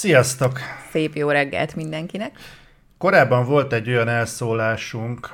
Sziasztok! Szép jó reggelt mindenkinek! Korábban volt egy olyan elszólásunk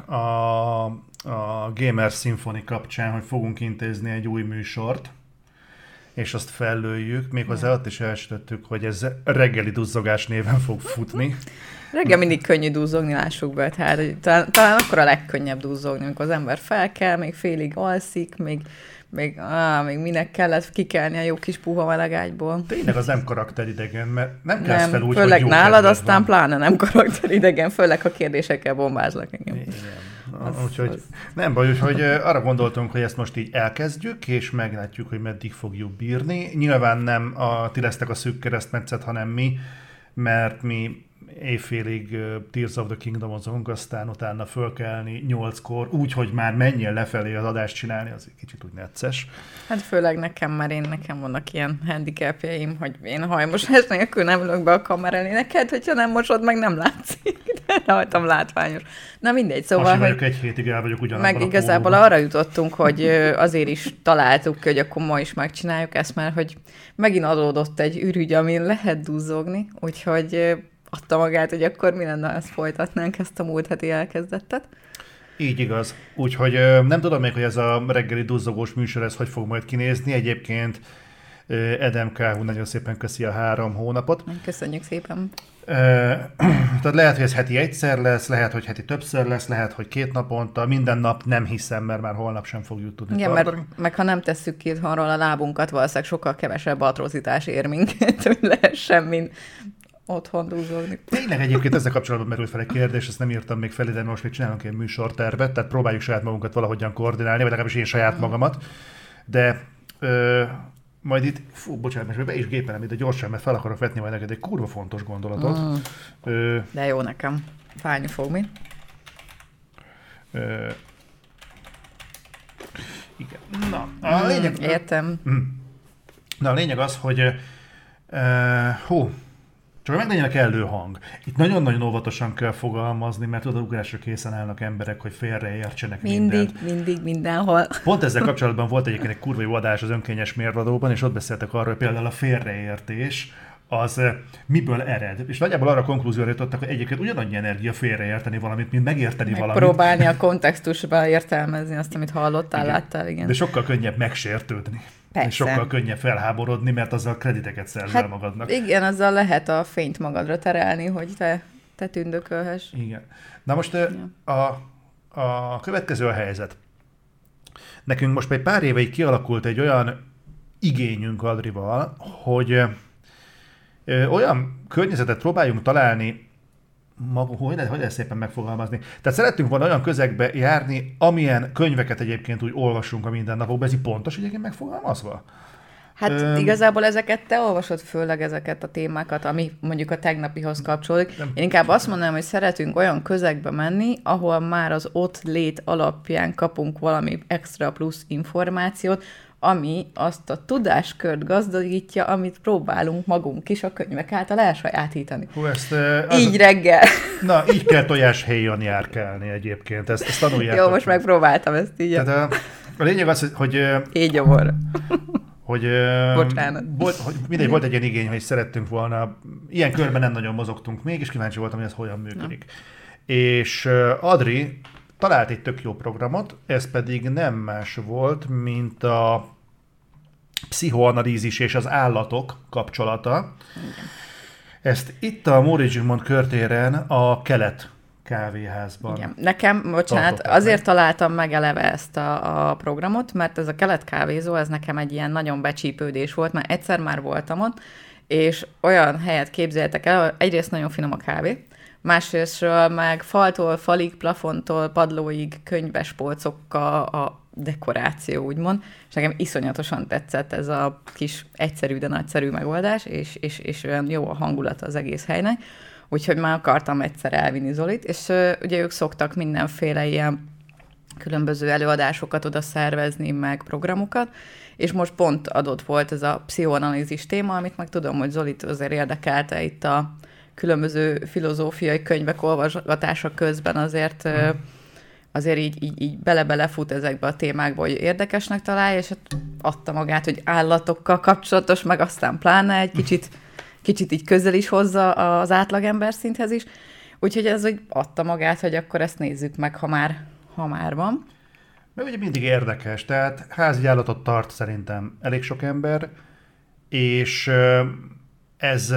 a Gamer Symphony kapcsán, hogy fogunk intézni egy új műsort, és azt fellőjük. Méghozzá ott is elsütöttük, hogy ez reggeli duzzogás néven fog futni. Reggel mindig könnyű duzzogni, lássuk be. Tehát, talán akkor a legkönnyebb duzzogni, amikor az ember felkel, még félig alszik, még minek kellett kikelni a jó kis puha melegágyból. Tényleg az nem karakteridegen, mert nem kezd fel úgy, főleg hogy jó nálad, aztán van. Pláne nem karakteridegen, főleg ha kérdésekkel bombázlak engem. Igen. Úgyhogy nem baj, úgyhogy arra gondoltunk, hogy ezt most így elkezdjük, és meglátjuk, hogy meddig fogjuk bírni. Nyilván nem ti lesztek a szűk keresztmetszet, hanem mi, mert mi éjfélig Tears of the Kingdom-ozunk, aztán utána fölkelni 8-kor, úgy, hogy már menjél lefelé az adást csinálni, az egy kicsit úgy necces. Hát főleg nekem, mert nekem vannak ilyen handicapjaim, hogy én hajmosás nélkül nem ülök be a kamera elé neked, hogyha nem mosod, meg nem látszik, de rajtam látványos. Na mindegy, szóval... Most vagyok egy hétig el vagyok ugyanabban meg igazából arra jutottunk, hogy azért is találtuk, hogy akkor ma is megcsináljuk ezt, mert hogy megint adódott egy ürügy, amin lehet duzzogni, úgyhogy adta magát, hogy akkor mi lenne, ha ezt folytatnánk, ezt a múlt heti elkezdettet. Így igaz. Úgyhogy nem tudom még, hogy ez a reggeli duzzogós műsor, ez hogy fog majd kinézni. Egyébként Edem Káhu nagyon szépen köszi a 3 hónapot. Köszönjük szépen. Tehát lehet, hogy ez heti egyszer lesz, lehet, hogy heti többször lesz, lehet, hogy 2 naponta, minden nap nem hiszem, mert már holnap sem fogjuk tudni tartani. Meg ha nem tesszük ki itthonról a lábunkat, valószínűleg sokkal kevesebb atrocitás ér minket, hogy lehessen, mint otthon duzzogni. Tényleg egyébként ezzel kapcsolatban merült fel egy kérdés, ezt nem írtam még fel, de most még csinálunk egy műsortervet, tehát próbáljuk saját magunkat valahogyan koordinálni, vagy legalábbis én saját magamat, de majd itt, bocsánat, most be is gépelem ide gyorsan, mert fel akarok vetni majd neked egy kurva fontos gondolatot. De jó nekem. Fájni fog mi? Igen. Na, a lényeg... Értem. Na, a lényeg az, hogy csak meglegyen a kellő hang. Itt nagyon-nagyon óvatosan kell fogalmazni, mert tudod, ugrásra készen állnak emberek, hogy félreértsenek mindent. Mindig, mindenhol. Pont ezzel kapcsolatban volt egyébként egy kurva jó adás az Önkényes Mérvadóban, és ott beszéltek arról, hogy például a félreértés az miből ered. És nagyjából arra a konklúzióra jutottak, hogy egyébként ugyanannyi energia félreérteni valamit, mint megérteni valamit. Próbálni a kontextusban értelmezni azt, amit hallottál, igen. Láttál, igen. De sokkal könnyebb megsértődni. Persze. És sokkal könnyebb felháborodni, mert azzal krediteket szerzel magadnak. Igen, azzal lehet a fényt magadra terelni, hogy te tündökölhess. Igen. Na most a következő a helyzet. Nekünk most egy pár éve kialakult egy olyan igényünk Adrival, hogy olyan környezetet próbáljunk találni, hogy lehet szépen megfogalmazni. Tehát szerettünk volna olyan közegbe járni, amilyen könyveket egyébként úgy olvasunk a mindennapokban. Ez így pontos egyébként megfogalmazva? Hát igazából ezeket te olvasod, főleg ezeket a témákat, ami mondjuk a tegnapihoz kapcsolódik. Én inkább azt mondanám, hogy szeretünk olyan közegbe menni, ahol már az ott lét alapján kapunk valami extra plusz információt, ami azt a tudáskört gazdagítja, amit próbálunk magunk is a könyvek által elsajátítani. Így reggel. Na, így kell tojáshéjon járkálni egyébként, ezt tanuljátok. Jó, most megpróbáltam ezt így. Tehát a lényeg az, hogy... Így gyomor. Hogy volt egy ilyen igény, hogy szerettünk volna, ilyen körben nem nagyon mozogtunk még, és kíváncsi voltam, hogy ez hogyan működik. És Adri talált egy tök jó programot, ez pedig nem más volt, mint a pszichoanalízis és az állatok kapcsolata. Igen. Ezt itt a Móricz Zsigmond körtéren a Kelet kávéházban. Igen. Nekem, bocsánat, azért találtam meg eleve ezt a programot, mert ez a Kelet kávézó, ez nekem egy ilyen nagyon becsípődés volt, mert egyszer már voltam ott, és olyan helyet képzeltek el, egyrészt nagyon finom a kávé, másrésztről meg faltól, falig, plafontól, padlóig, könyvespolcokkal a dekoráció, úgymond, és nekem iszonyatosan tetszett ez a kis egyszerű, de nagyszerű megoldás, és olyan jó a hangulat az egész helynek, úgyhogy már akartam egyszer elvinni Zolit, és ugye ők szoktak mindenféle ilyen különböző előadásokat oda szervezni, meg programokat, és most pont adott volt ez a pszichoanalízis téma, amit meg tudom, hogy Zolit azért érdekelte itt a különböző filozófiai könyvek olvasgatása közben azért így bele-bele fut ezekbe a témákba, hogy érdekesnek találja, és adta magát, hogy állatokkal kapcsolatos, meg aztán pláne egy kicsit így közel is hozza az átlagember szinthez is. Úgyhogy ez úgy adta magát, hogy akkor ezt nézzük meg, ha már van. Mert ugye mindig érdekes, tehát házi állatot tart szerintem elég sok ember, és ez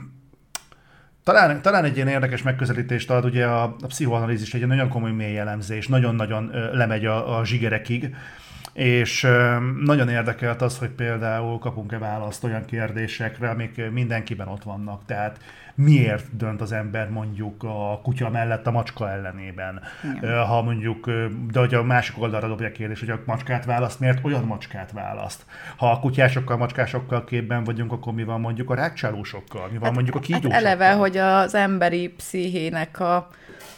talán egy ilyen érdekes megközelítést ad, ugye a pszichoanalízis egy nagyon komoly mély elemzés, nagyon-nagyon lemegy a zsigerekig, és nagyon érdekelt az, hogy például kapunk-e választ olyan kérdésekre, amik mindenkiben ott vannak. Tehát miért dönt az ember mondjuk a kutya mellett a macska ellenében? Ja. Ha mondjuk, de hogy a másik oldalra dobja a kérdés, hogy a macskát választ, miért olyan macskát választ? Ha a kutyásokkal, macskásokkal képben vagyunk, akkor mi van mondjuk a rákcsálósokkal? Mi van mondjuk a kígyósokkal? Hát eleve, hogy az emberi pszichének a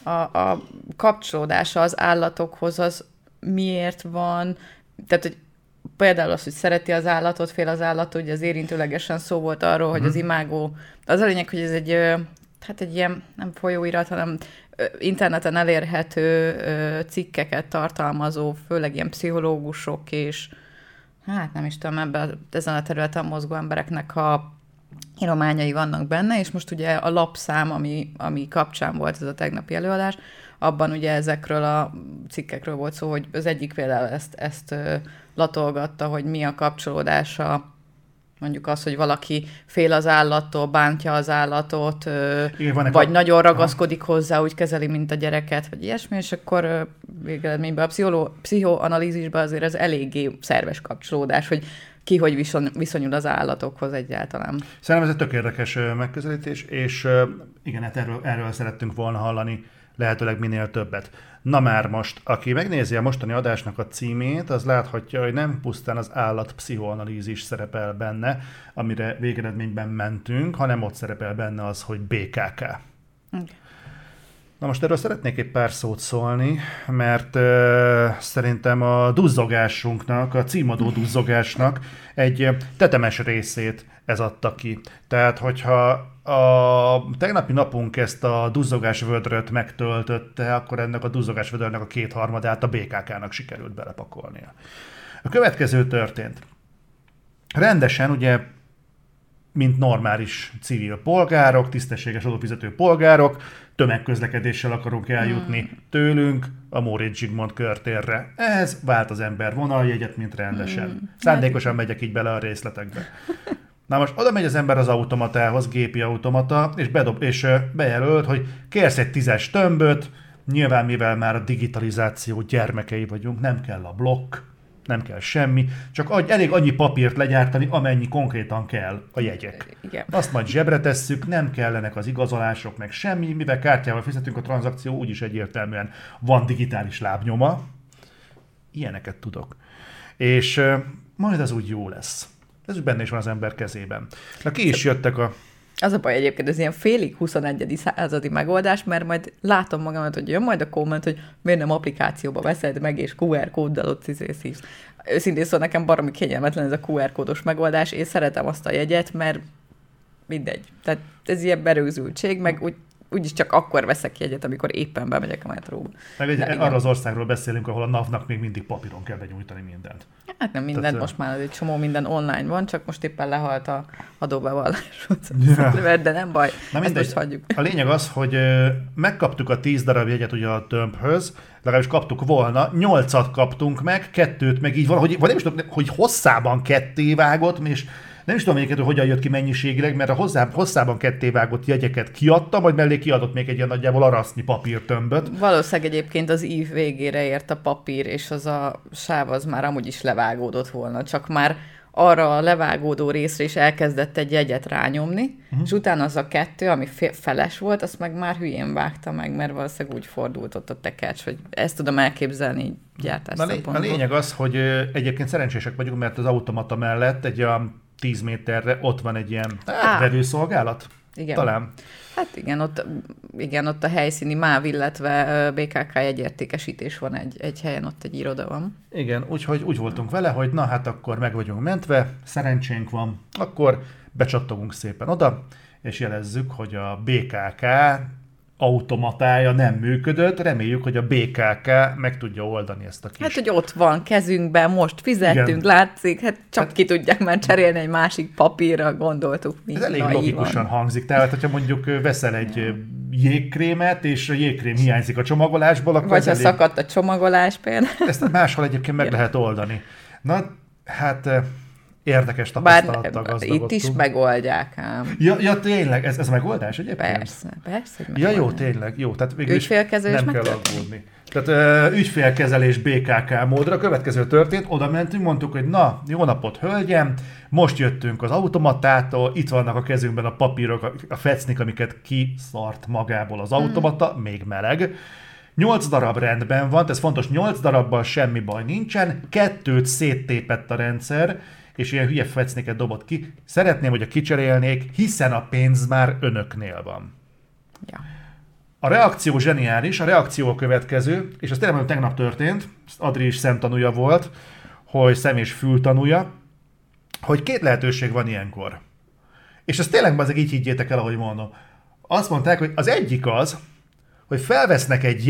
kapcsolódása az állatokhoz az miért van, tehát, hogy például az, hogy szereti az állatot, fél az állatot, ugye az érintőlegesen szó volt arról, hogy az imágó, az a lényeg, hogy ez egy ilyen nem folyóirat, hanem interneten elérhető cikkeket tartalmazó, főleg ilyen pszichológusok és hát nem is tudom, ezen a területen mozgó embereknek a írományai vannak benne, és most ugye a lapszám, ami kapcsán volt ez a tegnapi előadás, abban ugye ezekről a cikkekről volt szó, hogy az egyik például ezt latolgatta, hogy mi a kapcsolódása, mondjuk az, hogy valaki fél az állattól, bántja az állatot, igen, vagy nagyon ragaszkodik hozzá, úgy kezeli, mint a gyereket, vagy ilyesmi, és akkor végeredményben a pszichoanalízisben azért ez eléggé szerves kapcsolódás, hogy ki hogy viszonyul az állatokhoz egyáltalán. Szerintem ez egy tök érdekes megközelítés, és igen, hát erről szerettünk volna hallani lehetőleg minél többet. Na már most, aki megnézi a mostani adásnak a címét, az láthatja, hogy nem pusztán az állatpszichoanalízis szerepel benne, amire végeredményben mentünk, hanem ott szerepel benne az, hogy BKK. Okay. Na most erről szeretnék egy pár szót szólni, mert szerintem a duzzogásunknak, a címadó duzzogásnak egy tetemes részét ez adta ki. Tehát, hogyha a tegnapi napunk ezt a duzzogásvödröt megtöltötte, akkor ennek a duzzogásvödörnek a 2/3-át a BKK-nak sikerült belepakolnia. A következő történt. Rendesen, ugye, mint normális civil polgárok, tisztességes adófizető polgárok, tömegközlekedéssel akarunk eljutni tőlünk a Móricz Zsigmond körtérre. Ehhez vált az ember vonaljegyet, mint rendesen. Szándékosan megyek így bele a részletekbe. Na most oda megy az ember az automatához, gépi automata, és bejelölt, hogy kérsz egy 10-es tömböt, nyilván mivel már a digitalizáció gyermekei vagyunk, nem kell a blokk, nem kell semmi, csak elég annyi papírt legyártani, amennyi konkrétan kell a jegyek. Igen. Azt majd zsebre tesszük, nem kellenek az igazolások, meg semmi, mivel kártyával fizetünk, a tranzakció úgyis egyértelműen van digitális lábnyoma. Ilyeneket tudok. És majd az úgy jó lesz. Ez benne is van az ember kezében. Na ki is jöttek a... Az a baj egyébként, ez ilyen félig 21. századi megoldás, mert majd látom magamat, hogy jön majd a komment, hogy miért nem applikációba veszed meg, és QR kóddal ott szívsz. Őszintén szóval nekem baromi kényelmetlen ez a QR kódos megoldás, én szeretem azt a jegyet, mert mindegy. Tehát ez ilyen berögzültség, meg úgyis csak akkor veszek jegyet, amikor éppen bemegyek a metróba. Meg arra az országról beszélünk, ahol a NAV-nak még mindig papíron kell benyújtani mindent. Hát nem mindent, tehát, most már egy csomó minden online van, csak most éppen lehalt a adóbevallás. De nem baj, ezt most hagyjuk. A lényeg az, hogy megkaptuk a 10 darab jegyet ugye a tömbhöz, legalábbis kaptuk volna, 8-at kaptunk meg, 2-t meg így valahogy, vagy nem is tudom, hogy hosszában kettévágott, és nem is tudom egyébként, hogy hogyan jött ki mennyiségileg, mert a hosszában kettévágott jegyeket kiadta, majd mellé kiadott még egy ilyen nagyjából arasznyi papírtömböt. Valószínűleg egyébként az ív végére ért a papír, és az a sáv az már amúgy is levágódott volna, csak már arra a levágódó részre is elkezdett egy jegyet rányomni, és utána az a 2, ami feles volt, azt meg már hülyén vágta meg, mert valószínűleg úgy fordult ott a tekercs, hogy ezt tudom elképzelni gyártás szempontból. A lényeg az, hogy egyébként szerencsések vagyunk, mert az automata mellett egy olyan 10 méterre ott van egy ilyen vevőszolgálat. Igen. Talán. Hát igen, ott a helyszíni MÁV, illetve BKK jegyértékesítés van egy helyen, ott egy iroda van. Igen, úgyhogy úgy voltunk vele, hogy na hát akkor meg vagyunk mentve, szerencsénk van, akkor becsattogunk szépen oda, és jelezzük, hogy a BKK automatája nem működött, reméljük, hogy a BKK meg tudja oldani ezt a kis... Hát, hogy ott van kezünkben, most fizettünk, igen. Látszik, hát csak ki tudják már cserélni egy másik papírra, gondoltuk. Ez elég logikusan hangzik, tehát hogyha mondjuk veszel egy jégkrémet, és a jégkrém hiányzik a csomagolásból, akkor vagy ha szakadt a csomagolás például. Ezt máshol egyébként meg lehet oldani. Na, hát... Érdekes tapasztalattal gazdagodtunk. Itt is megoldják ám. Ja, tényleg, ez megoldás egyébként? Persze. Ja, jó, tényleg, jó. Tehát ügyfélkezelés nem kell aggódni. Tehát ügyfélkezelés BKK módra következő történt, oda mentünk, mondtuk, hogy na, jó napot, hölgyem, most jöttünk az automatától, itt vannak a kezünkben a papírok, a fecnik, amiket kiszart magából az automata, még meleg. 8 darab rendben van, ez fontos, 8 darabban semmi baj nincsen, 2 széttépett a rendszer, és ilyen hülye fecniket dobott ki. Szeretném, hogy a kicserélnék, hiszen a pénz már önöknél van. Ja. A reakció zseniális, a reakció a következő, és ez tényleg tegnap történt, Adri is szemtanúja volt, hogy szem- és fültanúja, hogy 2 lehetőség van ilyenkor. És ezt tényleg azért így higgyétek el, ahogy mondom. Azt mondták, hogy az egyik az, hogy felvesznek egy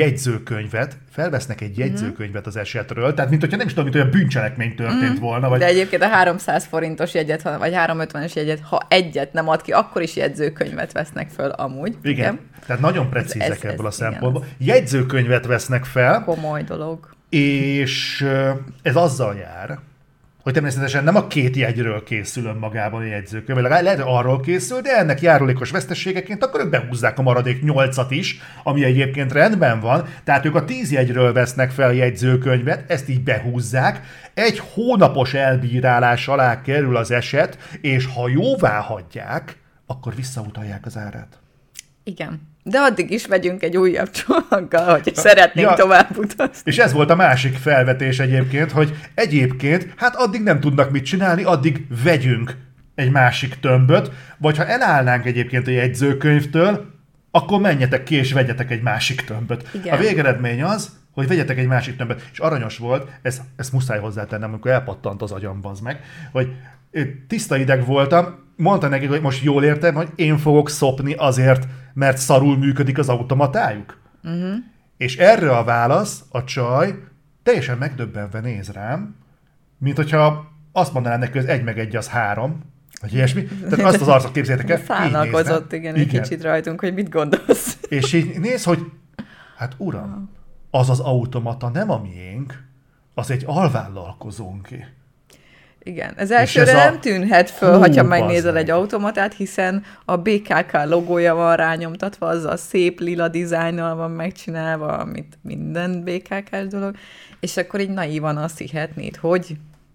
jegyzőkönyvet az esetről, tehát mint hogyha nem is tudom, mint olyan bűncselekmény történt volna. Vagy... De egyébként a 300 forintos jegyet, vagy 350-es jegyet, ha egyet nem ad ki, akkor is jegyzőkönyvet vesznek föl amúgy. Igen. Tehát nagyon precízek ebből a szempontból. Jegyzőkönyvet vesznek fel. Komoly dolog. És ez azzal jár, hogy természetesen nem a 2 jegyről készül önmagában a jegyzőkönyv, lehet, hogy arról készül, de ennek járulékos veszteségeként akkor ők behúzzák a maradék 8-at is, ami egyébként rendben van, tehát ők a 10 jegyről vesznek fel jegyzőkönyvet, ezt így behúzzák, 1 hónapos elbírálás alá kerül az eset, és ha jóvá hagyják, akkor visszautalják az árát. Igen. De addig is vegyünk egy újabb csomaggal, hogy szeretnénk tovább utazni. És ez volt a másik felvetés egyébként, hogy egyébként, hát addig nem tudnak mit csinálni, addig vegyünk egy másik tömböt, vagy ha elállnánk egyébként a jegyzőkönyvtől, akkor menjetek ki és vegyetek egy másik tömböt. Igen. A végeredmény az, hogy vegyetek egy másik tömböt. És aranyos volt, ezt muszáj hozzátennem, amikor elpattant az agyam, bazd meg, hogy tiszta ideg voltam, mondta nekik, hogy most jól értem, hogy én fogok szopni azért, mert szarul működik az automatájuk. Uh-huh. És erre a válasz, a csaj teljesen megdöbbenve néz rám, mint hogyha azt mondaná neki, hogy 1 meg 1 az 3, vagy ilyesmi. Tehát azt az arcot képzeljétek el. Szánalkozott, igen, egy kicsit rajtunk, hogy mit gondolsz. És így néz, hogy hát uram, az az automata nem a miénk, az egy alvállalkozónké. Igen, ez elsőre nem tűnhet föl, hogyha megnézel egy automatát, hiszen a BKK logója van rányomtatva, az a szép lila dizájnnal van megcsinálva, amit minden BKK-s dolog, és akkor így naívan azt hihetnéd, hogy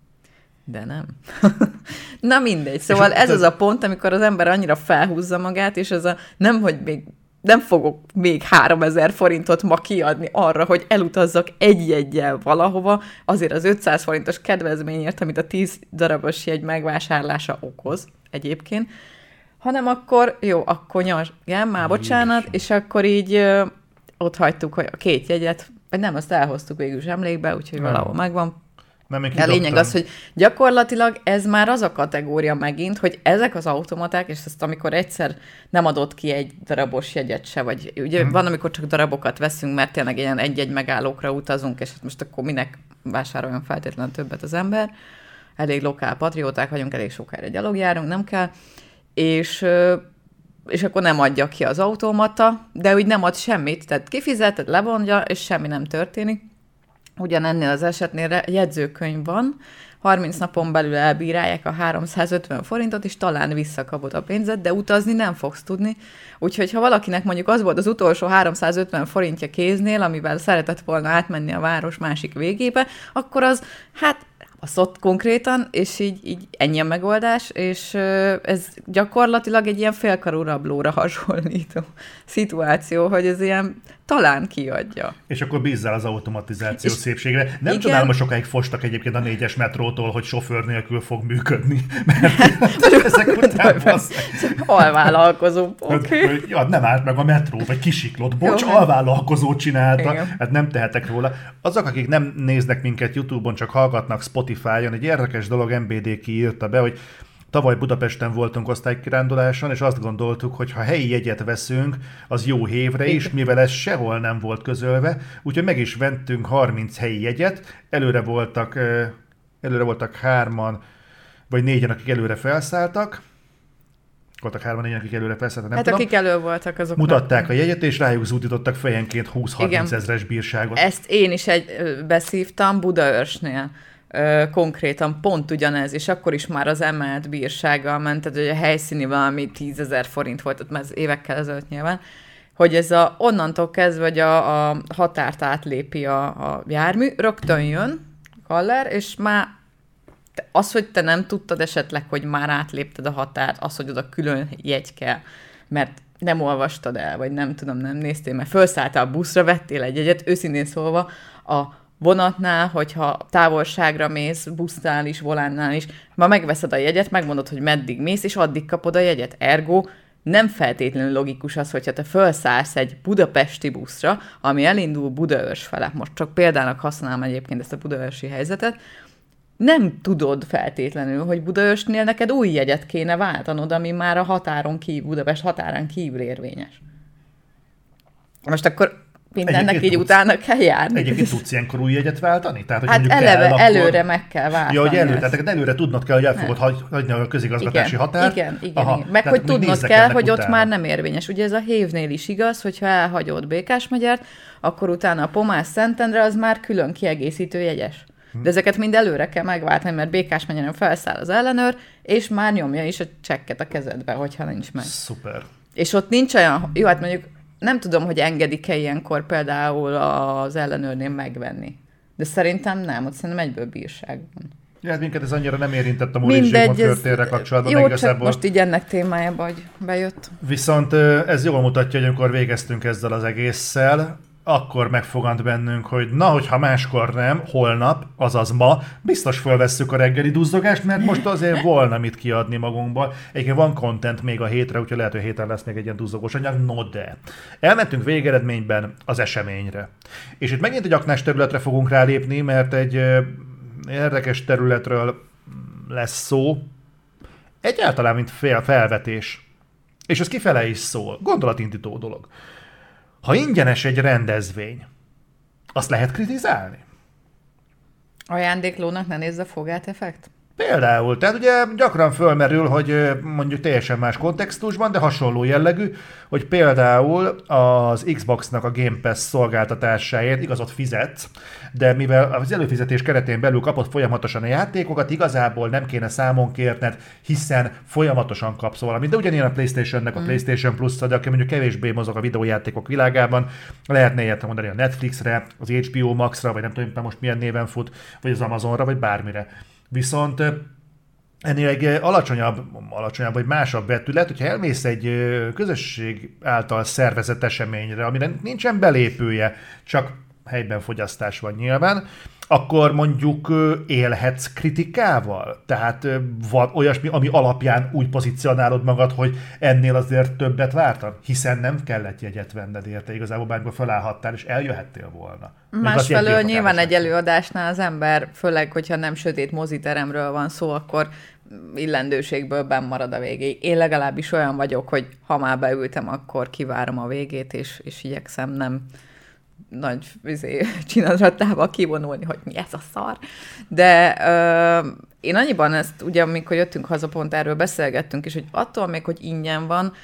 de nem. Na mindegy, szóval ez az a pont, amikor az ember annyira felhúzza magát, és az a nem, hogy még nem fogok még 3000 forintot ma kiadni arra, hogy elutazzak egy jeggyel valahova, azért az 500 forintos kedvezményért, amit a 10 darabos jegy megvásárlása okoz egyébként, hanem akkor, jó, akkor igen, már bocsánat, és akkor így ott hagytuk, hogy a 2 jegyet, vagy nem, azt elhoztuk végül is emlékbe, úgyhogy valahol megvan. De a lényeg az, hogy gyakorlatilag ez már az a kategória megint, hogy ezek az automaták, és ezt amikor egyszer nem adott ki egy darabos jegyet se, vagy ugye van, amikor csak darabokat veszünk, mert tényleg ilyen egy-egy megállókra utazunk, és most akkor minek vásároljon feltétlenül többet az ember. Elég lokál patrióták vagyunk, elég sokára gyalogjárunk, nem kell. És akkor nem adja ki az automata, de úgy nem ad semmit, tehát kifizeted, levonja, és semmi nem történik. Ugyanennél az esetnél jegyzőkönyv van, 30 napon belül elbírálják a 350 forintot, és talán visszakapod a pénzed, de utazni nem fogsz tudni. Úgyhogy ha valakinek mondjuk az volt az utolsó 350 forintja kéznél, amivel szeretett volna átmenni a város másik végébe, akkor az, hát baszott konkrétan, és így ennyi a megoldás, és ez gyakorlatilag egy ilyen félkarú rablóra hasonlító szituáció, hogy ez ilyen talán kiadja. És akkor bízzál az automatizáció szépségre. Nem csodálom, hogy sokáig fostak egyébként a 4-es metrótól, hogy sofőr nélkül fog működni. Mert ezek után alvállalkozó. Okay. Ja, nem állt meg a metró, vagy kisiklott. Bocs, alvállalkozót csinálta. Igen. Hát nem tehetek róla. Azok, akik nem néznek minket YouTube-on, csak hallgatnak Spotify-on, egy érdekes dolog MBD kiírta be, hogy tavaly Budapesten voltunk osztálykiránduláson, és azt gondoltuk, hogy ha helyi jegyet veszünk, az jó hévre is, mivel ez sehol nem volt közölve, úgyhogy meg is vettünk 30 helyi jegyet, előre voltak 3-an, vagy 4-en, akik előre felszálltak. Voltak 3-4-en, akik előre felszálltak, nem tudom. Akik elő voltak, azok mutatták a jegyet, és rájuk zúdítottak fejenként 20-30 ezres bírságot. Ezt én is beszívtam Budaörsnél. Konkrétan pont ugyanez, és akkor is már az emelt bírsággal ment, tehát hogy a helyszíni valami 10 000 forint volt, mert ez évekkel ezelőtt nyilván, hogy ez onnantól kezdve, hogy a határt átlépi a jármű, rögtön jön Kaller, és már az, hogy te nem tudtad esetleg, hogy már átlépted a határt, az, hogy oda külön jegy kell, mert nem olvastad el, vagy nem tudom, nem néztél, mert felszálltál a buszra, vettél egy jegyet, őszintén szólva, a vonatnál, hogyha távolságra mész, busznál is, volánnál is, ma megveszed a jegyet, megmondod, hogy meddig mész, és addig kapod a jegyet. Ergo nem feltétlenül logikus az, hogyha te felszállsz egy budapesti buszra, ami elindul Budaörs fele. Most csak példának használom egyébként ezt a budaörsi helyzetet, nem tudod feltétlenül, hogy Budaörsnél neked új jegyet kéne váltanod, ami már a határon kívül, Budapest határán kívül érvényes. Most akkor mindennek így utána kell járni. Egyébként tudsz ilyenkor új jegyet váltani? Tehát, hogy hát eleve kell, előre akkor meg kell váltani. Ja, hogy tehát előre tudnod kell, hogy el fogod hagyni a közigazgatási határt. Igen. Meg hogy tudnod kell, hogy utána. Ott már nem érvényes. Ugye ez a hévnél is igaz, hogyha elhagyod Békásmegyert, akkor utána a Pomás-Szentendre az már külön kiegészítő jegyes. De ezeket mind előre kell megváltani, mert Békásmegyeren felszáll az ellenőr, és már nyomja is a csekket a kezedbe, hogyha nincs meg. Szuper. És ott nincs olyan, jó, hát mondjuk nem tudom, hogy engedik-e ilyenkor például az ellenőrnél megvenni. De szerintem nem, ott szerintem egyből bírság van. Ja, hát minket ez annyira nem érintett a Móricz Zsigmond körtérre kapcsolatban. Jó, csak most így ennek témájába, hogy bejött. Viszont ez jól mutatja, hogy amikor végeztünk ezzel az egésszel, akkor megfogant bennünk, hogy na, hogyha máskor nem, holnap, azaz ma, biztos fölvesszük a reggeli duzzogást, mert most azért volna mit kiadni magunkból. Egyébként van content még a hétre, úgyhogy lehet, hogy héten lesz még egy ilyen duzzogós anyag, no de. Elmentünk végeredményben az eseményre. És itt megint egy aknás területre fogunk rálépni, mert egy érdekes területről lesz szó, egyáltalán mint felvetés. És ez kifele is szól. Gondolatindító dolog. Ha ingyenes egy rendezvény, azt lehet kritizálni? Ajándéklónak ne nézz a fogát effekt? Például, tehát ugye gyakran fölmerül, hogy mondjuk teljesen más kontextusban, de hasonló jellegű, hogy például az Xboxnak a Game Pass szolgáltatásáért igazat fizetsz, de mivel az előfizetés keretén belül kapod folyamatosan a játékokat, igazából nem kéne számon kérned, hiszen folyamatosan kapsz valamit. De ugyanilyen a PlayStation-nek a PlayStation Plus-a, de aki mondjuk kevésbé mozog a videójátékok világában, lehetne ilyet mondani a Netflixre, az HBO Maxra, vagy nem tudom most milyen néven fut, vagy az Amazonra, vagy bármire. Viszont ennél egy alacsonyabb vagy másabb vetület, hogyha elmész egy közösség által szervezett eseményre, amire nincsen belépője, csak helyben fogyasztás van nyilván, akkor mondjuk élhetsz kritikával? Tehát van olyasmi, ami alapján úgy pozícionálod magad, hogy ennél azért többet vártam? Hiszen nem kellett jegyet venned érte, igazából bármikor felállhattál, és eljöhettél volna. Másfelől nyilván egy előadásnál az ember, főleg, hogyha nem sötét moziteremről van szó, akkor illendőségből benn marad a végéig. Én legalábbis olyan vagyok, hogy ha már beültem, akkor kivárom a végét, és igyekszem nem nagy csinálratával kivonulni, hogy mi ez a szar. De én annyiban ezt, ugye amikor jöttünk haza, pont erről beszélgettünk is, hogy attól még, hogy ingyen van,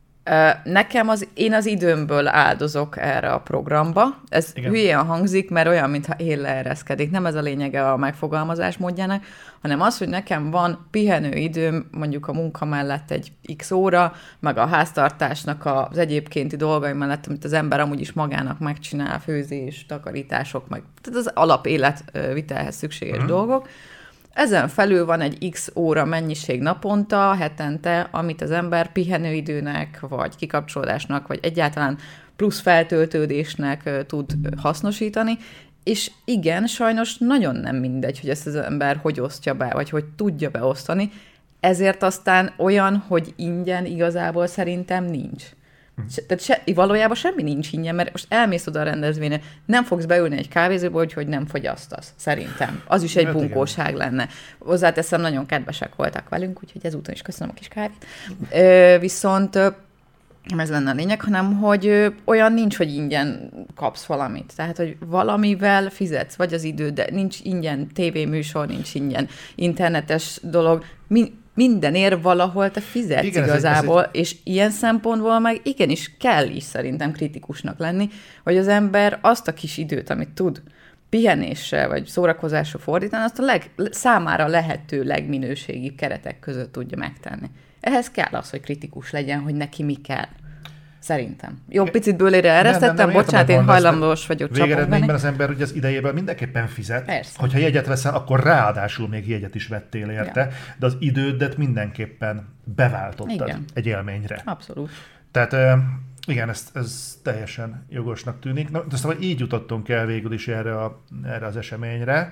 nekem én az időmből áldozok erre a programba. Ez hülyén hangzik, mert olyan, mintha én leereszkedik. Nem ez a lényege a megfogalmazás módjának, hanem az, hogy nekem van pihenőidőm, mondjuk a munka mellett egy x óra, meg a háztartásnak az egyébkénti dolgai mellett, amit az ember amúgy is magának megcsinál, főzés, takarítások, meg tehát az alapéletvitelhez szükséges dolgok. Ezen felül van egy x óra mennyiség naponta, hetente, amit az ember pihenőidőnek, vagy kikapcsolódásnak, vagy egyáltalán plusz feltöltődésnek tud hasznosítani, és igen, sajnos nagyon nem mindegy, hogy ezt az ember hogy osztja be, vagy hogy tudja beosztani, ezért aztán olyan, hogy ingyen igazából szerintem nincs. Tehát valójában semmi nincs ingyen, mert most elmész oda a rendezvényre, nem fogsz beülni egy kávézóba, hogy nem fogyasztasz, szerintem. Az is egy bunkóság lenne. Hozzáteszem, nagyon kedvesek voltak velünk, úgyhogy ezúton is köszönöm a kis kávét. Viszont nem ez lenne a lényeg, hanem hogy olyan nincs, hogy ingyen kapsz valamit. Tehát, hogy valamivel fizetsz, vagy az idő, de nincs ingyen tévéműsor, nincs ingyen internetes dolog, mindenért valahol te fizetsz igazából, és ilyen szempontból meg igenis kell is szerintem kritikusnak lenni, hogy az ember azt a kis időt, amit tud pihenésre vagy szórakozásra fordítani, azt a számára lehető legminőségibb keretek között tudja megtenni. Ehhez kell az, hogy kritikus legyen, hogy neki mi kell. Szerintem. Jó, picit bőlére eresztettem, bocsánat, én hajlandós vagyok csapogni. Végeredményben az ember ugye az idejében mindenképpen fizet. Persze. Hogyha jegyet veszel, akkor ráadásul még jegyet is vettél érte, de az idődet mindenképpen beváltottad egy élményre. Abszolút. Tehát igen, ez teljesen jogosnak tűnik. Na, de szóval így jutottunk el végül is erre az eseményre,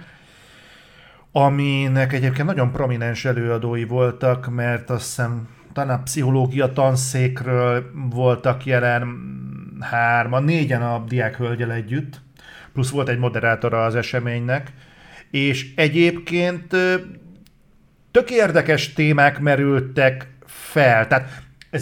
aminek egyébként nagyon prominens előadói voltak, mert azt hiszem talán a pszichológia tanszékről voltak jelen 4-en a diákhölgyel együtt, plusz volt egy moderátora az eseménynek, és egyébként tök érdekes témák merültek fel. Tehát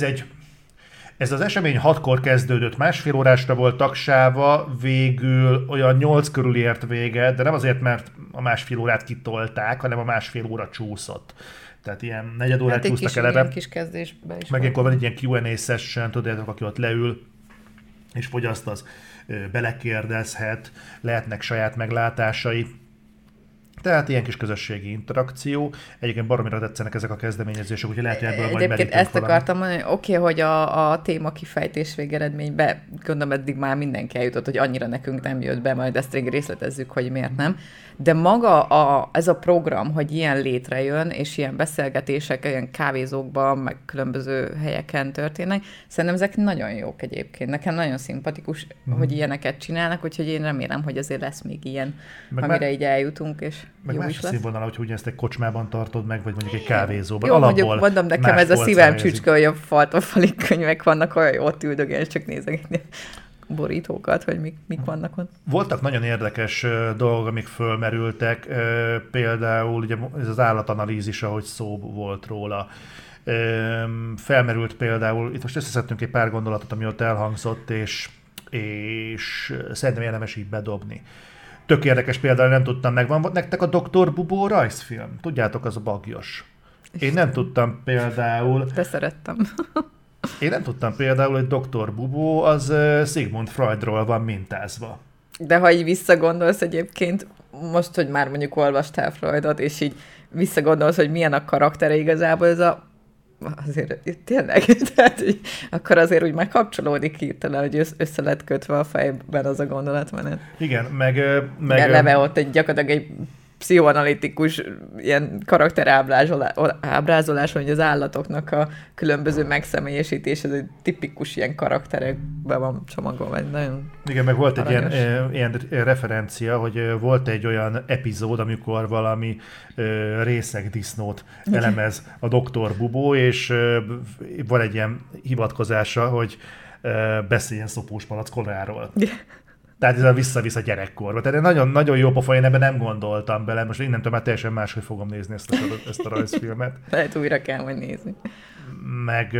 ez az esemény 6-kor kezdődött, 1,5 órásra volt tagsáva, végül olyan 8 körül ért véget, de nem azért, mert a 1,5 órát kitolták, hanem a 1,5 óra csúszott. Tehát ilyen 4 órát csúsztak eleve. Kis kezdésbe is. Meg ilyenkor van egy ilyen Q&A session, tudjátok, aki ott leül és fogyaszt, az belekérdezhet, lehetnek saját meglátásai. Tehát ilyen kis közösségi interakció. Egyébként baromira tetszenek ezek a kezdeményezések, úgyhogy lehet, hogy ebből majd merítünk ezt valami. Akartam mondani, hogy oké, hogy a téma kifejtés végeredménybe, gondolom eddig már mindenki eljutott, hogy annyira nekünk nem jött be, majd ezt még részletezzük, hogy miért nem. De maga ez a program, hogy ilyen létrejön, és ilyen beszélgetések, ilyen kávézókban, meg különböző helyeken történnek, szerintem ezek nagyon jók egyébként. Nekem nagyon szimpatikus, hogy ilyeneket csinálnak, úgyhogy én remélem, hogy azért lesz még ilyen, amire így eljutunk, és meg jó más is lesz. Színvonal, hogy ezt egy kocsmában tartod meg, vagy mondjuk egy kávézóban. Jó, mondjuk mondom nekem ez a szívem csücske, hogy a falton falig könyvek vannak, olyan jó ott üldögélni, és csak nézegetni borítókat, hogy mik vannak ott. Voltak nagyon érdekes dolgok, amik fölmerültek, például ugye ez az állatanalízis, ahogy szó volt róla. Felmerült például, itt most összeszedtünk egy pár gondolatot, ami ott elhangzott, és szerintem érdemes így bedobni. Tök érdekes például, nem tudtam, megvan nektek a Dr. Bubó rajzfilm? Tudjátok, az a bagyos. Én nem tudtam például... De szerettem. Én nem tudtam például, hogy Dr. Bubó az Sigmund Freudról van mintázva. De ha így visszagondolsz egyébként, most, hogy már mondjuk olvastál Freudot, és így visszagondolsz, hogy milyen a karaktere igazából, ez azért tényleg, tehát így, akkor azért úgy már kapcsolódik hirtelen, hogy össze lett kötve a fejben az a gondolatmenet. Igen, meg eleve ott gyakorlatilag egy pszichoanalitikus ilyen karakterábrázolás, hogy az állatoknak a különböző megszemélyesítés, ez egy tipikus ilyen karakterekben van csomagolva. Nagyon igen, meg volt aranyos. egy ilyen referencia, hogy volt egy olyan epizód, amikor valami részegdisznót elemez a Dr. Bubó, és van egy ilyen hivatkozása, hogy beszéljen szopós palackoláról. Tehát ez a vissza-vissza gyerekkorba. Tehát nagyon, nagyon jó pofa, én ebben nem gondoltam bele. Most innentől már teljesen máshogy fogom nézni ezt a rajzfilmet. Lehet újra kell majd nézni. Meg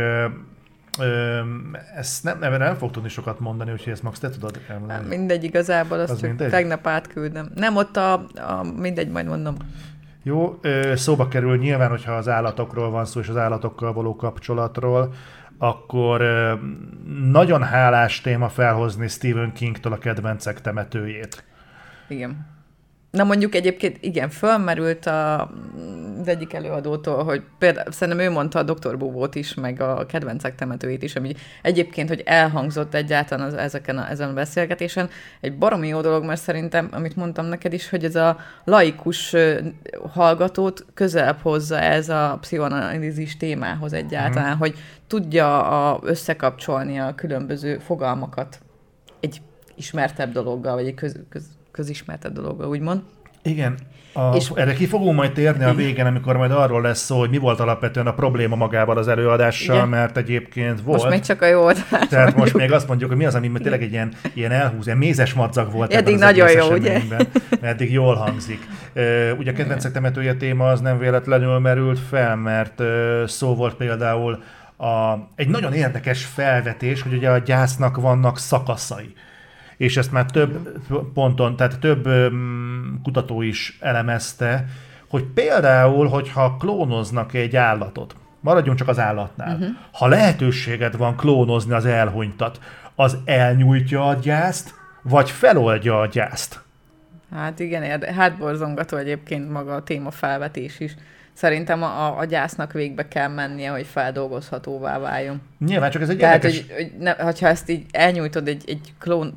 ezt nem fog tudni sokat mondani, úgyhogy ezt Max, te tudod említeni. Mindegy, igazából azt csak mindegy? Tegnap átküldem. Nem ott mindegy, majd mondom. Jó, szóba kerül nyilván, hogyha az állatokról van szó, és az állatokkal való kapcsolatról, akkor nagyon hálás téma felhozni Stephen Kingtől a kedvencek temetőjét. Igen. Na mondjuk egyébként igen, fölmerült az egyik előadótól, hogy például szerintem ő mondta a Dr. Bubót is, meg a kedvencek temetőjét is, ami egyébként, hogy elhangzott egyáltalán ezen a beszélgetésen. Egy baromi jó dolog, mert szerintem, amit mondtam neked is, hogy ez a laikus hallgatót közelebb hozza ez a pszichoanalízis témához egyáltalán, hogy tudja összekapcsolni a különböző fogalmakat egy ismertebb dologgal, vagy egy közismertebb dologgal, úgymond. Igen. Erre ki fogunk majd térni a végén, amikor majd arról lesz szó, hogy mi volt alapvetően a probléma magával az előadással, igen. Mert egyébként volt. Most még csak a jó oldalát tehát mondjuk. Most még azt mondjuk, hogy mi az, ami tényleg egy ilyen elhúz, ilyen mézes madzag volt. Eddig nagyon jó, ugye? Mert eddig jól hangzik. Ugye a kedvencek temetője téma az nem véletlenül merült fel, mert szó volt például egy nagyon érdekes felvetés, hogy ugye a gyásznak vannak szakaszai. És ezt már több ponton, tehát több kutató is elemezte, hogy például, hogyha klónoznak egy állatot, maradjunk csak az állatnál, ha lehetőséged van klónozni az elhunytat, az elnyújtja a gyászt, vagy feloldja a gyászt? Hát igen, hát borzongató egyébként maga a témafelvetés is. Szerintem a gyásznak végbe kell mennie, hogy feldolgozhatóvá váljon. Nyilván, csak ez egy érdekes... hogyha ezt így elnyújtod egy klón...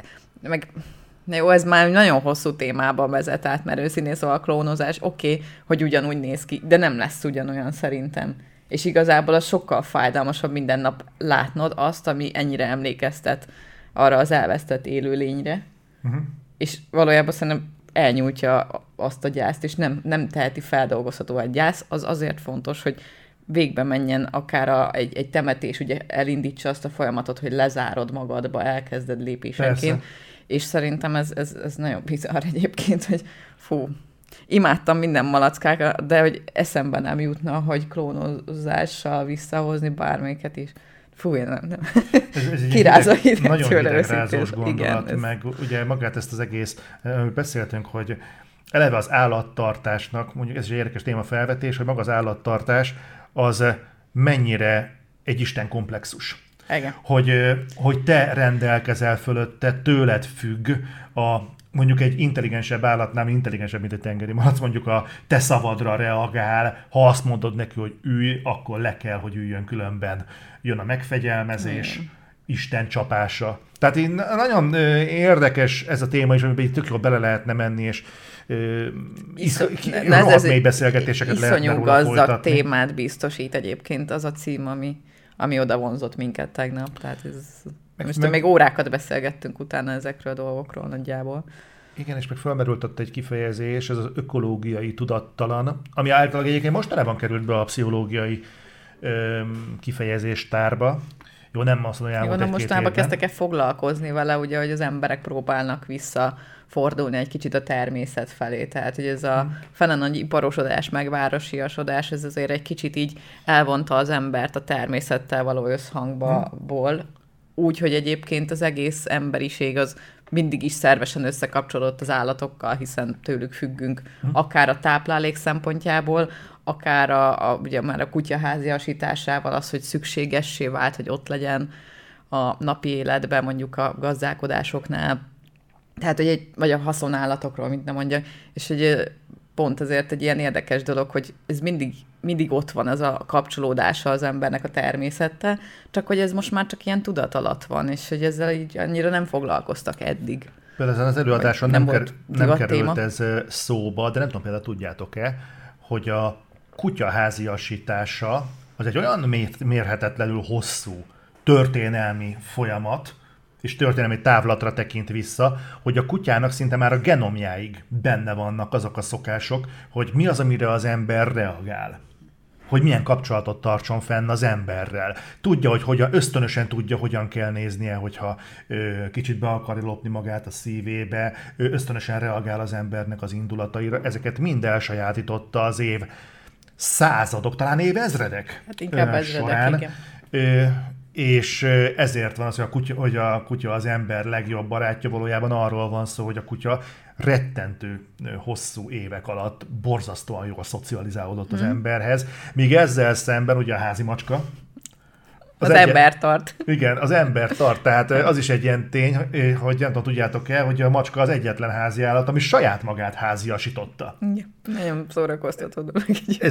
Jó, ez már nagyon hosszú témában vezet át, mert őszintén szóval a klónozás oké, hogy ugyanúgy néz ki, de nem lesz ugyanolyan szerintem. És igazából az sokkal fájdalmasabb minden nap látnod azt, ami ennyire emlékeztet arra az elvesztett élőlényre. És valójában szerintem elnyújtja azt a gyászt, és nem teheti feldolgozható a gyász, az azért fontos, hogy végbe menjen akár egy temetés, ugye elindítsa azt a folyamatot, hogy lezárod magadba, elkezded lépésenként, és szerintem ez nagyon bizarr egyébként, hogy imádtam minden malackák, de hogy eszembe nem jutna, hogy klónozással visszahozni bármelyiket is. Fú, én nem. Ez egy nagyon hidegrázós gondolat, igen, meg ugye magát ezt az egész, beszéltünk, hogy eleve az állattartásnak, mondjuk ez is egy érdekes témafelvetés, hogy maga az állattartás az mennyire egy isten komplexus. Igen. Hogy te rendelkezel fölötte, tőled függ mondjuk egy intelligensebb állatnál, intelligensebb, mint egy tengeri malac, mondjuk a te szavadra reagál, ha azt mondod neki, hogy ülj, akkor le kell, hogy üljön, különben jön a megfegyelmezés, Isten csapása. Tehát nagyon érdekes ez a téma is, amiben tök jól bele lehetne menni, és rohadt mély beszélgetéseket lehetne róla folytatni. Iszonyú gazdag témát biztosít egyébként az a cím, ami oda vonzott minket tegnap. Tehát még órákat beszélgettünk utána ezekről a dolgokról nagyjából. Igen, és meg felmerült ott egy kifejezés, ez az ökológiai tudattalan, ami általában egyébként mostanában került be a pszichológiai kifejezéstárba. Jó, nem azt mondom, hogy mostanában kezdtek-e foglalkozni vele, ugye, hogy az emberek próbálnak visszafordulni egy kicsit a természet felé. Tehát, hogy ez a fele nagy iparosodás, megvárosiasodás, ez azért egy kicsit így elvonta az embert a természettel való összhangból. Úgy, hogy egyébként az egész emberiség az mindig is szervesen összekapcsolódott az állatokkal, hiszen tőlük függünk, akár a táplálék szempontjából, akár ugye már a kutya háziasításával az, hogy szükségessé vált, hogy ott legyen a napi életben, mondjuk a gazdálkodásoknál, tehát, hogy vagy a haszonállatokról, mint nem mondjak, és hogy pont azért egy ilyen érdekes dolog, hogy ez mindig ott van az a kapcsolódása az embernek a természettel, csak hogy ez most már csak ilyen tudat alatt van, és hogy ezzel így annyira nem foglalkoztak eddig. Például ezen az előadáson nem került ez szóba, de nem tudom, például tudjátok-e, hogy a kutya háziasítása az egy olyan mérhetetlenül hosszú történelmi folyamat, és történelmi távlatra tekint vissza, hogy a kutyának szinte már a genomjáig benne vannak azok a szokások, hogy mi az, amire az ember reagál. Hogy milyen kapcsolatot tartson fenn az emberrel. Tudja, hogy ösztönösen tudja, hogyan kell néznie, hogyha kicsit be akarja lopni magát a szívébe, ösztönösen reagál az embernek az indulataira. Ezeket mind elsajátította az év századok, talán évezredek hát inkább ezredek, igen. És ezért van az, hogy a kutya az ember legjobb barátja, valójában arról van szó, hogy a kutya rettentő hosszú évek alatt borzasztóan jól szocializálódott az emberhez, míg ezzel szemben ugye a házi macska, az ember tart. Igen, az ember tart. Tehát az is egy ilyen tény, hogy nem tudom, tudjátok-e, hogy a macska az egyetlen házi állat, ami saját magát háziasította. Ja, nagyon szórakoztató dolog.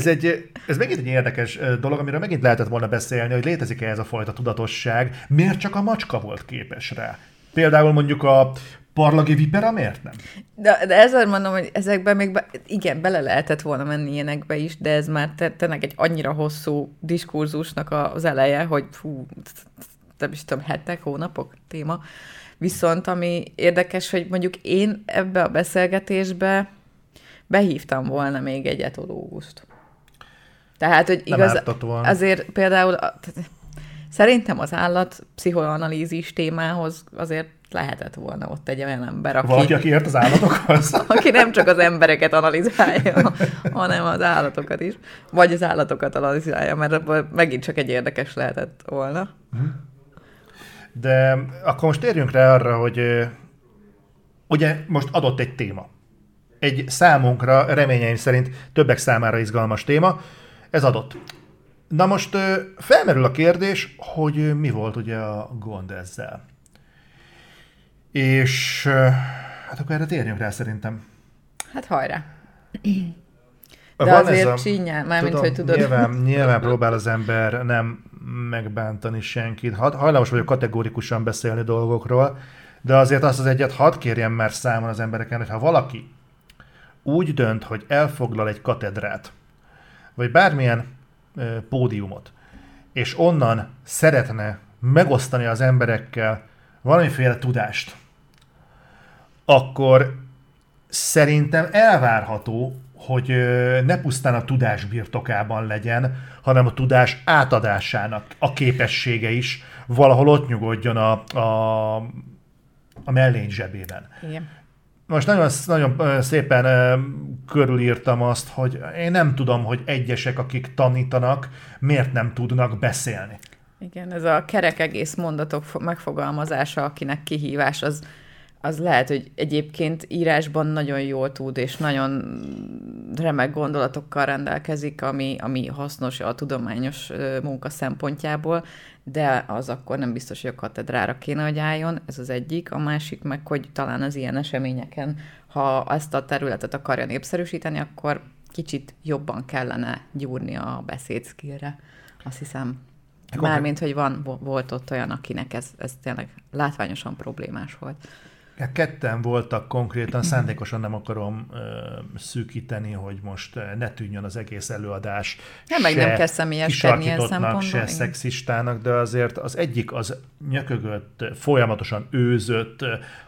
Ez megint egy érdekes dolog, amiről megint lehetett volna beszélni, hogy létezik-e ez a fajta tudatosság, miért csak a macska volt képes rá. Például mondjuk a parlagi vipera miért nem? De ezzel mondom, hogy ezekben még igen, bele lehetett volna menni ilyenekbe is, de ez már tényleg egy annyira hosszú diskurzusnak az eleje, hogy nem is tudom, hetek, hónapok téma. Viszont ami érdekes, hogy mondjuk én ebbe a beszélgetésbe behívtam volna még egy etológust. Tehát, hogy azért például szerintem az állat pszichoanalízis témához azért lehetett volna ott egy olyan ember, aki ért az állatokhoz? Aki nem csak az embereket analizálja, hanem az állatokat is. Vagy az állatokat analizálja, mert megint csak egy érdekes lehetett volna. De akkor most térjünk rá arra, hogy ugye most adott egy téma. Egy számunkra, reményeim szerint többek számára izgalmas téma. Ez adott. Na most felmerül a kérdés, hogy mi volt ugye a gond ezzel. És hát akkor erre térjünk rá szerintem. Hát hajrá. De van azért csínyán, mármint, hogy tudod. Nyilván próbál az ember nem megbántani senkit. Hajlamos vagyok kategórikusan beszélni dolgokról, de azért azt az egyet hadd kérjem már számon az embereken, hogy ha valaki úgy dönt, hogy elfoglal egy katedrát, vagy bármilyen pódiumot, és onnan szeretne megosztani az emberekkel valamiféle tudást, akkor szerintem elvárható, hogy ne pusztán a tudás birtokában legyen, hanem a tudás átadásának a képessége is valahol ott nyugodjon a mellény zsebében. Igen. Most nagyon szépen körülírtam azt, hogy én nem tudom, hogy egyesek, akik tanítanak, miért nem tudnak beszélni. Igen, ez a kerek egész mondatok megfogalmazása, akinek kihívás, az lehet, hogy egyébként írásban nagyon jól tud, és nagyon remek gondolatokkal rendelkezik, ami hasznos a tudományos munka szempontjából, de az akkor nem biztos, hogy a katedrára kéne, hogy álljon, ez az egyik. A másik meg, hogy talán az ilyen eseményeken, ha ezt a területet akarja népszerűsíteni, akkor kicsit jobban kellene gyúrni a beszédskillre. Azt hiszem, mármint, hogy volt ott olyan, akinek ez tényleg látványosan problémás volt. Ketten voltak konkrétan, szándékosan nem akarom szűkíteni, hogy most ne tűnjön az egész előadás meg nem kell személyeskedni ilyen szempontból. Se szexistának, de azért az egyik az nyökögött, folyamatosan őzött,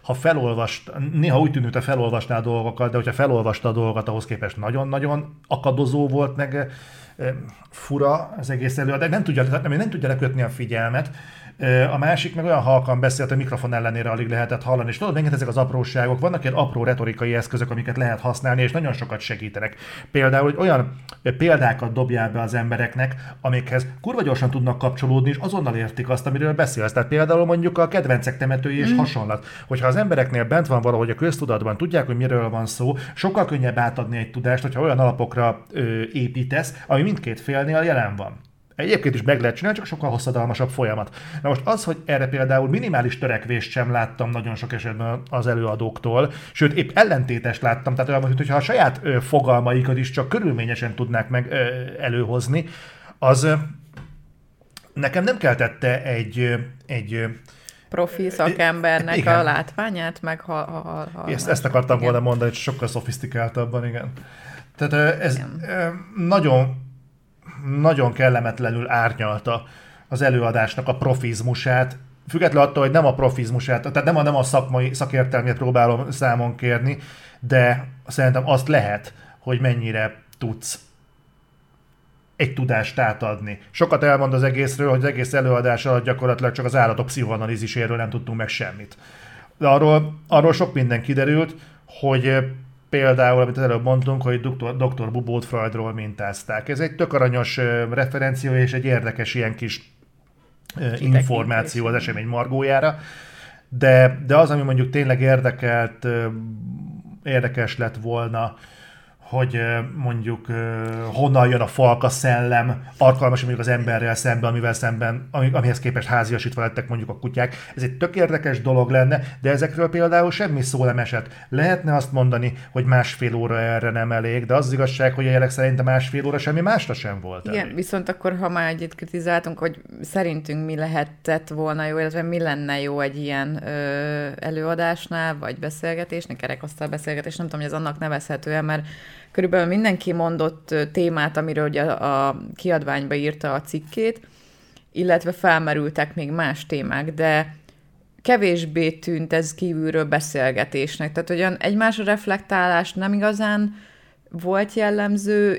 néha úgy tűnt, hogy te felolvastál dolgokat, de hogyha felolvasta a dolgokat, ahhoz képest nagyon-nagyon akadozó volt, meg fura az egész előadás, nem tudja lekötni a figyelmet. A másik meg olyan halkan beszélt, a mikrofon ellenére alig lehetett hallani, és tudod, megint ezek az apróságok, vannak ilyen apró retorikai eszközök, amiket lehet használni, és nagyon sokat segítenek. Például, hogy olyan példákat dobjál be az embereknek, amikhez kurva gyorsan tudnak kapcsolódni, és azonnal értik azt, amiről beszélsz. Tehát például mondjuk a kedvencek temetői és hasonlat. Hogyha az embereknél bent van valahogy a köztudatban, tudják, hogy miről van szó, sokkal könnyebb átadni egy tudást, hogyha olyan alapokra építesz, ami mindkét félnél jelen van. Egyébként is meg lehet csinálni, csak sokkal hosszadalmasabb folyamat. Na most az, hogy erre például minimális törekvést sem láttam nagyon sok esetben az előadóktól, sőt, épp ellentétest láttam, tehát olyan, hogyha a saját fogalmaikat is csak körülményesen tudnák meg előhozni, az nekem nem keltette egy profi szakembernek igen. A látványát, meg ezt akartam volna mondani, hogy sokkal szofisztikáltabban, igen. Tehát ez nagyon kellemetlenül árnyalta az előadásnak a profizmusát, függetlenül attól, hogy nem a profizmusát, tehát nem a szakmai szakértelmét próbálom számon kérni, de szerintem azt lehet, hogy mennyire tudsz egy tudást átadni. Sokat elmond az egészről, hogy az egész előadás alatt gyakorlatilag csak az állatok pszichoanalíziséről nem tudtunk meg semmit. De arról sok minden kiderült, hogy például, amit előbb mondtunk, hogy Dr. Bubót Freudról mintázták. Ez egy tök aranyos referencia és egy érdekes ilyen kis információ az esemény margójára. De az, ami mondjuk tényleg érdekes lett volna, hogy mondjuk honnan jön a falka szellem, alkalmas mondjuk az emberrel szemben, amihez képest háziasítva lettek mondjuk a kutyák. Ez egy tök érdekes dolog lenne, de ezekről például semmi szó nem esett. Lehetne azt mondani, hogy 1,5 óra erre nem elég, de az igazság, hogy jelenleg szerintem 1,5 óra semmi másra sem volt elég. Igen, viszont akkor, ha már egyet kritizáltunk, hogy szerintünk mi lehetett volna jó, illetve mi lenne jó egy ilyen előadásnál, vagy beszélgetésnél, kerekasztal beszélgetés, nem tudom, hogy ez annak nevezhető-e, mert körülbelül mindenki mondott témát, amiről ugye a kiadványba írta a cikkét, illetve felmerültek még más témák, de kevésbé tűnt ez kívülről beszélgetésnek. Tehát olyan egymásra reflektálás nem igazán volt jellemző,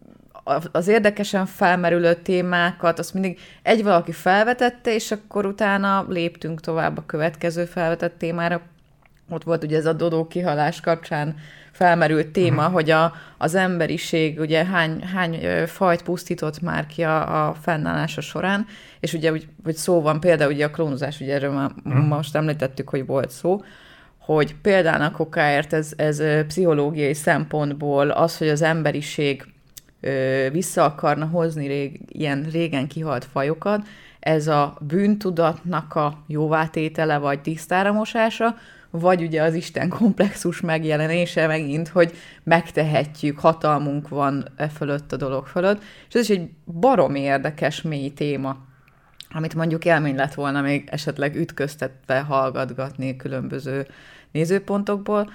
az érdekesen felmerülő témákat, azt mindig egy valaki felvetette, és akkor utána léptünk tovább a következő felvetett témára. Ott volt ugye ez a Dodó kihalás kapcsán felmerült téma, hogy az emberiség ugye hány fajt pusztított már ki a fennállása során, és ugye hogy szó van például ugye a klónozás, ugye erről már most említettük, hogy volt szó, hogy például okáért ez pszichológiai szempontból az, hogy az emberiség vissza akarna hozni ilyen régen kihalt fajokat, ez a bűntudatnak a jóvátétele vagy tisztára mosása, vagy ugye az Isten komplexus megjelenése megint, hogy megtehetjük, hatalmunk van e fölött a dolog fölött, és ez is egy baromi érdekes, mély téma, amit mondjuk élmény lett volna még esetleg ütköztetve hallgatgatni különböző nézőpontokból,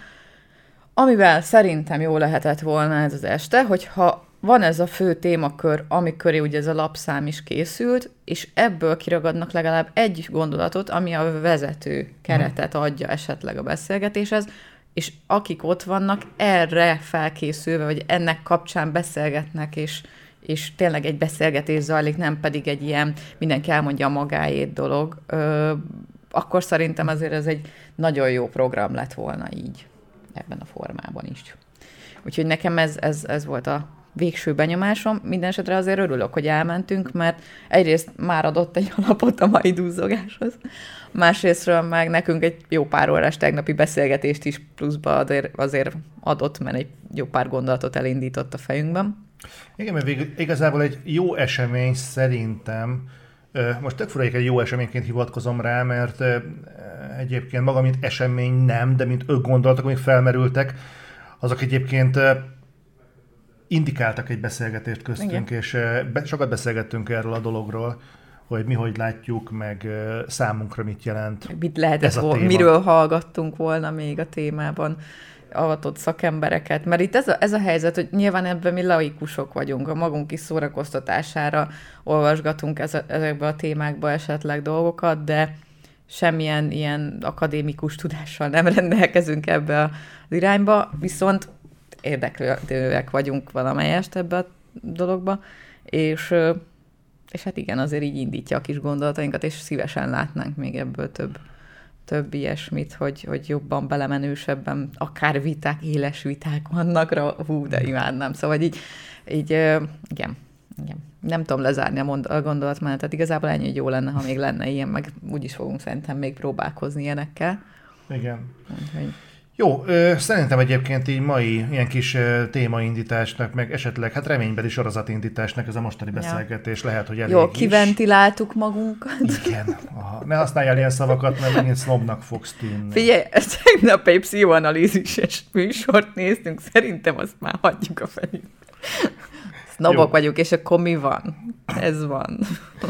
amivel szerintem jó lehetett volna ez az este, hogyha van ez a fő témakör, amikor ugye ez a lapszám is készült, és ebből kiragadnak legalább egy gondolatot, ami a vezető keretet adja esetleg a beszélgetéshez, és akik ott vannak, erre felkészülve, vagy ennek kapcsán beszélgetnek, és tényleg egy beszélgetés zajlik, nem pedig egy ilyen mindenki elmondja a magáét dolog, akkor szerintem azért ez egy nagyon jó program lett volna így, ebben a formában is. Úgyhogy nekem ez volt a végső benyomásom. Mindenesetre azért örülök, hogy elmentünk, mert egyrészt már adott egy alapot a mai duzzogáshoz, másrésztről meg nekünk egy jó pár órás tegnapi beszélgetést is pluszba azért adott, mert egy jó pár gondolatot elindított a fejünkben. Igen, mert igazából egy jó esemény szerintem, most tök fura, egy jó eseményként hivatkozom rá, mert egyébként maga, mint esemény nem, de mint gondolatok, amik felmerültek, azok egyébként indikáltak egy beszélgetést köztünk, igen. És sokat beszélgettünk erről a dologról, hogy mi hogy látjuk, meg számunkra mit jelent mit lehetett miről hallgattunk volna még a témában avatott szakembereket, mert itt ez a helyzet, hogy nyilván ebben mi laikusok vagyunk, a magunk kis szórakoztatására olvasgatunk ezekbe a témákba esetleg dolgokat, de semmilyen ilyen akadémikus tudással nem rendelkezünk ebbe az irányba, viszont érdeklődőek vagyunk valamelyest ebbe a dologba, és hát igen, azért így indítja a kis gondolatainkat, és szívesen látnánk még ebből több ilyesmit, hogy jobban belemenősebben, akár viták, éles viták vannak, de imádnám. Szóval így igen. Nem tudom lezárni a gondolatmenetet. Igazából ennyi, hogy jó lenne, ha még lenne ilyen, meg úgyis fogunk szerintem még próbálkozni ilyenekkel. Igen. Úgyhogy... Jó, szerintem egyébként így mai ilyen kis témaindításnak, meg esetleg hát reménybeli sorozatindításnak ez a mostani beszélgetés lehet, hogy elég jó, kiventiláltuk magunkat. Igen. Aha. Ne használjál ilyen szavakat, mert megint sznobnak fogsz tűnni. Figyelj, tegnap egy pszichoanalízises műsort néztünk, szerintem azt már hagyjuk a felét. Sznobok vagyunk, és akkor mi van? Ez van.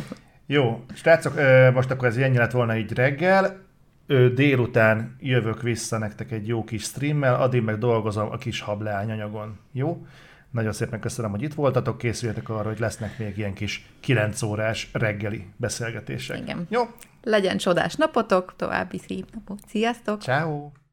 Jó, srácok, most akkor ez ennyi lett volna így reggel. Délután jövök vissza nektek egy jó kis streammel, addig meg dolgozom a kis hableány anyagon. Jó? Nagyon szépen köszönöm, hogy itt voltatok, készüljetek arra, hogy lesznek még ilyen kis 9 órás reggeli beszélgetések. Igen. Jó? Legyen csodás napotok, további szép napot. Sziasztok! Ciao.